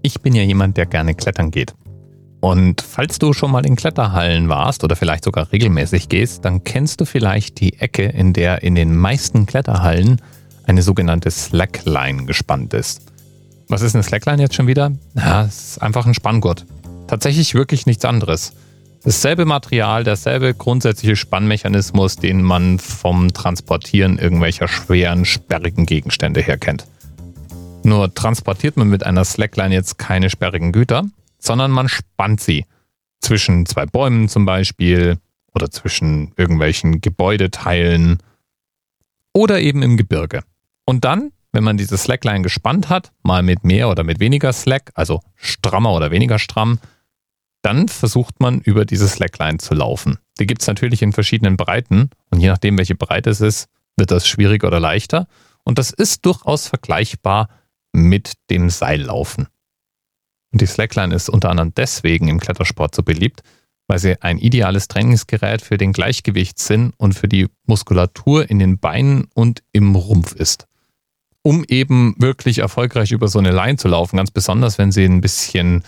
Ich bin ja jemand, der gerne klettern geht. Und falls du schon mal in Kletterhallen warst oder vielleicht sogar regelmäßig gehst, dann kennst du vielleicht die Ecke, in der in den meisten Kletterhallen eine sogenannte Slackline gespannt ist. Was ist eine Slackline jetzt schon wieder? Ja, es ist einfach ein Spanngurt. Tatsächlich wirklich nichts anderes. Dasselbe Material, derselbe grundsätzliche Spannmechanismus, den man vom Transportieren irgendwelcher schweren, sperrigen Gegenstände her kennt. Nur transportiert man mit einer Slackline jetzt keine sperrigen Güter, sondern man spannt sie. Zwischen zwei Bäumen zum Beispiel oder zwischen irgendwelchen Gebäudeteilen oder eben im Gebirge. Und dann, wenn man diese Slackline gespannt hat, mal mit mehr oder mit weniger Slack, also strammer oder weniger stramm, dann versucht man über diese Slackline zu laufen. Die gibt es natürlich in verschiedenen Breiten und je nachdem, welche Breite es ist, wird das schwieriger oder leichter. Und das ist durchaus vergleichbar mit dem Seillaufen. Und die Slackline ist unter anderem deswegen im Klettersport so beliebt, weil sie ein ideales Trainingsgerät für den Gleichgewichtssinn und für die Muskulatur in den Beinen und im Rumpf ist. Um eben wirklich erfolgreich über so eine Line zu laufen, ganz besonders wenn sie ein bisschen,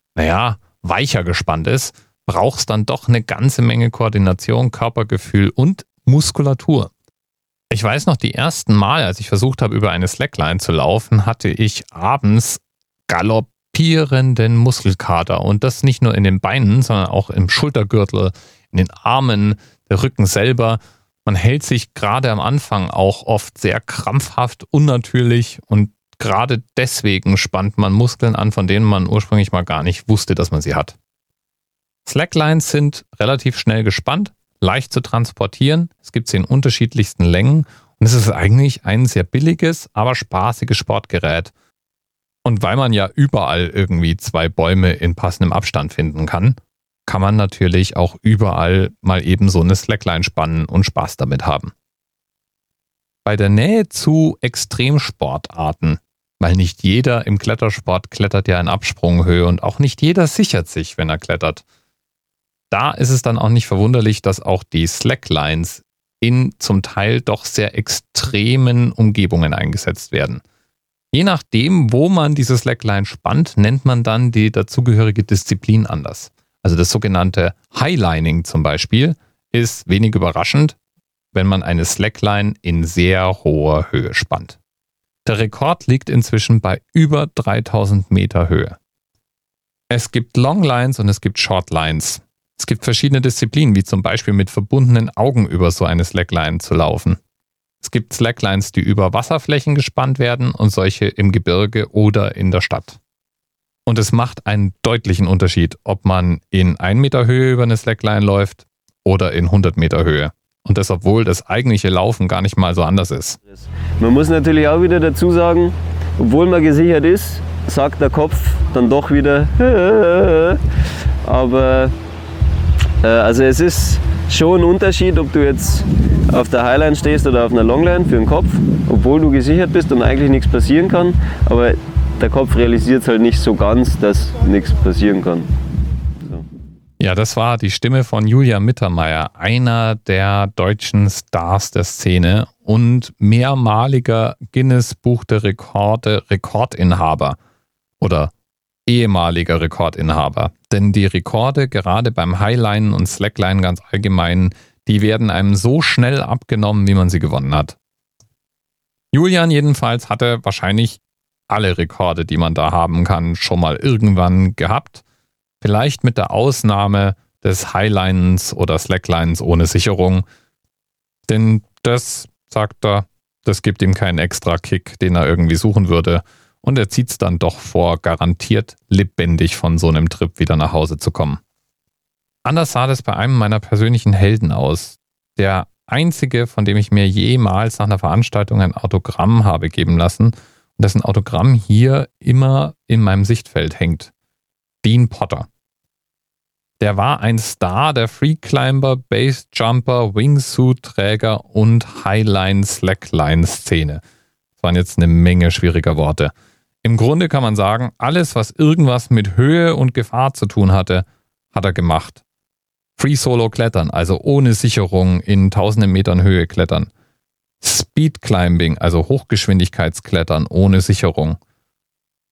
weicher gespannt ist, braucht es dann doch eine ganze Menge Koordination, Körpergefühl und Muskulatur. Ich weiß noch, die ersten Mal, als ich versucht habe, über eine Slackline zu laufen, hatte ich abends galoppierenden Muskelkater. Und das nicht nur in den Beinen, sondern auch im Schultergürtel, in den Armen, der Rücken selber. Man hält sich gerade am Anfang auch oft sehr krampfhaft, unnatürlich und gerade deswegen spannt man Muskeln an, von denen man ursprünglich mal gar nicht wusste, dass man sie hat. Slacklines sind relativ schnell gespannt, leicht zu transportieren. Es gibt sie in unterschiedlichsten Längen und es ist eigentlich ein sehr billiges, aber spaßiges Sportgerät. Und weil man ja überall irgendwie zwei Bäume in passendem Abstand finden kann, kann man natürlich auch überall mal eben so eine Slackline spannen und Spaß damit haben. Bei der Nähe zu Extremsportarten, weil nicht jeder im Klettersport klettert ja in Absprunghöhe und auch nicht jeder sichert sich, wenn er klettert. Da ist es dann auch nicht verwunderlich, dass auch die Slacklines in zum Teil doch sehr extremen Umgebungen eingesetzt werden. Je nachdem, wo man diese Slackline spannt, nennt man dann die dazugehörige Disziplin anders. Also das sogenannte Highlining zum Beispiel ist wenig überraschend, wenn man eine Slackline in sehr hoher Höhe spannt. Der Rekord liegt inzwischen bei über 3000 Meter Höhe. Es gibt Longlines und es gibt Shortlines. Es gibt verschiedene Disziplinen, wie zum Beispiel mit verbundenen Augen über so eine Slackline zu laufen. Es gibt Slacklines, die über Wasserflächen gespannt werden und solche im Gebirge oder in der Stadt. Und es macht einen deutlichen Unterschied, ob man in 1 Meter Höhe über eine Slackline läuft oder in 100 Meter Höhe. Und das, obwohl das eigentliche Laufen gar nicht mal so anders ist. Man muss natürlich auch wieder dazu sagen, obwohl man gesichert ist, sagt der Kopf dann doch wieder aber also es ist schon ein Unterschied, ob du jetzt auf der Highline stehst oder auf einer Longline für den Kopf, obwohl du gesichert bist und eigentlich nichts passieren kann, aber der Kopf realisiert es halt nicht so ganz, dass nichts passieren kann. So. Ja, das war die Stimme von Julian Mittermeier, einer der deutschen Stars der Szene und mehrmaliger Guinness-Buch der Rekorde Rekordinhaber oder ehemaliger Rekordinhaber. Denn die Rekorde, gerade beim Highlinen und Slacklinen ganz allgemein, die werden einem so schnell abgenommen, wie man sie gewonnen hat. Julian jedenfalls hatte wahrscheinlich alle Rekorde, die man da haben kann, schon mal irgendwann gehabt. Vielleicht mit der Ausnahme des Highlinens oder Slacklines ohne Sicherung. Denn das, sagt er, das gibt ihm keinen extra Kick, den er irgendwie suchen würde. Und er zieht es dann doch vor, garantiert lebendig von so einem Trip wieder nach Hause zu kommen. Anders sah das bei einem meiner persönlichen Helden aus. Der einzige, von dem ich mir jemals nach einer Veranstaltung ein Autogramm habe geben lassen und dessen Autogramm hier immer in meinem Sichtfeld hängt. Dean Potter. Der war ein Star der Freeclimber, Basejumper, Wingsuit-Träger und Highline-Slackline-Szene. Das waren jetzt eine Menge schwieriger Worte. Im Grunde kann man sagen, alles, was irgendwas mit Höhe und Gefahr zu tun hatte, hat er gemacht. Free-Solo-Klettern, also ohne Sicherung in tausenden Metern Höhe klettern. Speed-Climbing, also Hochgeschwindigkeitsklettern ohne Sicherung.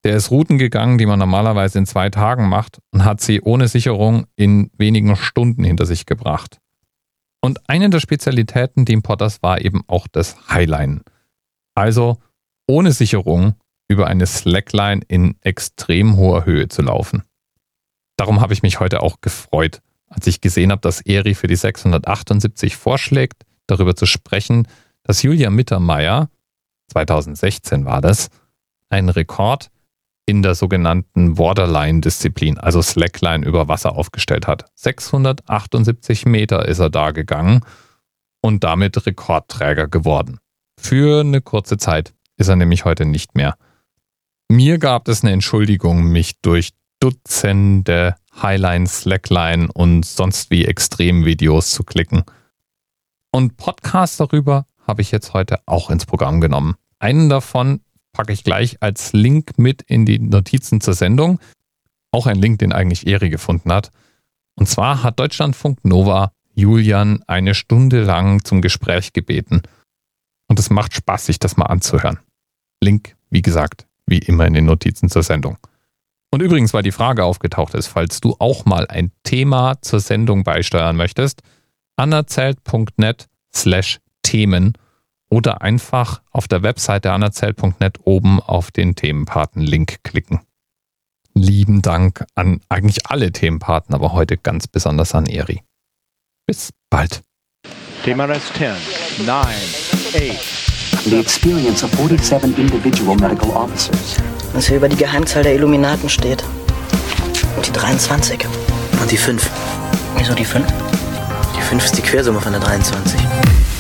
Der ist Routen gegangen, die man normalerweise in 2 Tagen macht und hat sie ohne Sicherung in wenigen Stunden hinter sich gebracht. Und eine der Spezialitäten Dean Potters war eben auch das Highline. Also ohne Sicherung über eine Slackline in extrem hoher Höhe zu laufen. Darum habe ich mich heute auch gefreut, als ich gesehen habe, dass Eri für die 678 vorschlägt, darüber zu sprechen, dass Julia Mittermeier, 2016 war das, einen Rekord in der sogenannten Waterline-Disziplin, also Slackline über Wasser aufgestellt hat. 678 Meter ist er da gegangen und damit Rekordträger geworden. Für eine kurze Zeit ist er nämlich heute nicht mehr. Mir gab es eine Entschuldigung, mich durch Dutzende Highline, Slackline und sonst wie Extremvideos zu klicken. Und Podcasts darüber habe ich jetzt heute auch ins Programm genommen. Einen davon packe ich gleich als Link mit in die Notizen zur Sendung. Auch ein Link, den eigentlich Eri gefunden hat. Und zwar hat Deutschlandfunk Nova Julian eine Stunde lang zum Gespräch gebeten. Und es macht Spaß, sich das mal anzuhören. Link, wie gesagt, wie immer in den Notizen zur Sendung. Und übrigens, weil die Frage aufgetaucht ist, falls du auch mal ein Thema zur Sendung beisteuern möchtest, anerzählt.net/Themen oder einfach auf der Webseite anerzählt.net oben auf den Themenpaten-Link klicken. Lieben Dank an eigentlich alle Themenpaten, aber heute ganz besonders an Eri. Bis bald. TMRS 10, 9, 8. The experience of 47 individual medical officers. Was hier über die Geheimzahl der Illuminaten steht. Und die 23. Und die 5. Wieso die 5? Die 5 ist die Quersumme von der 23.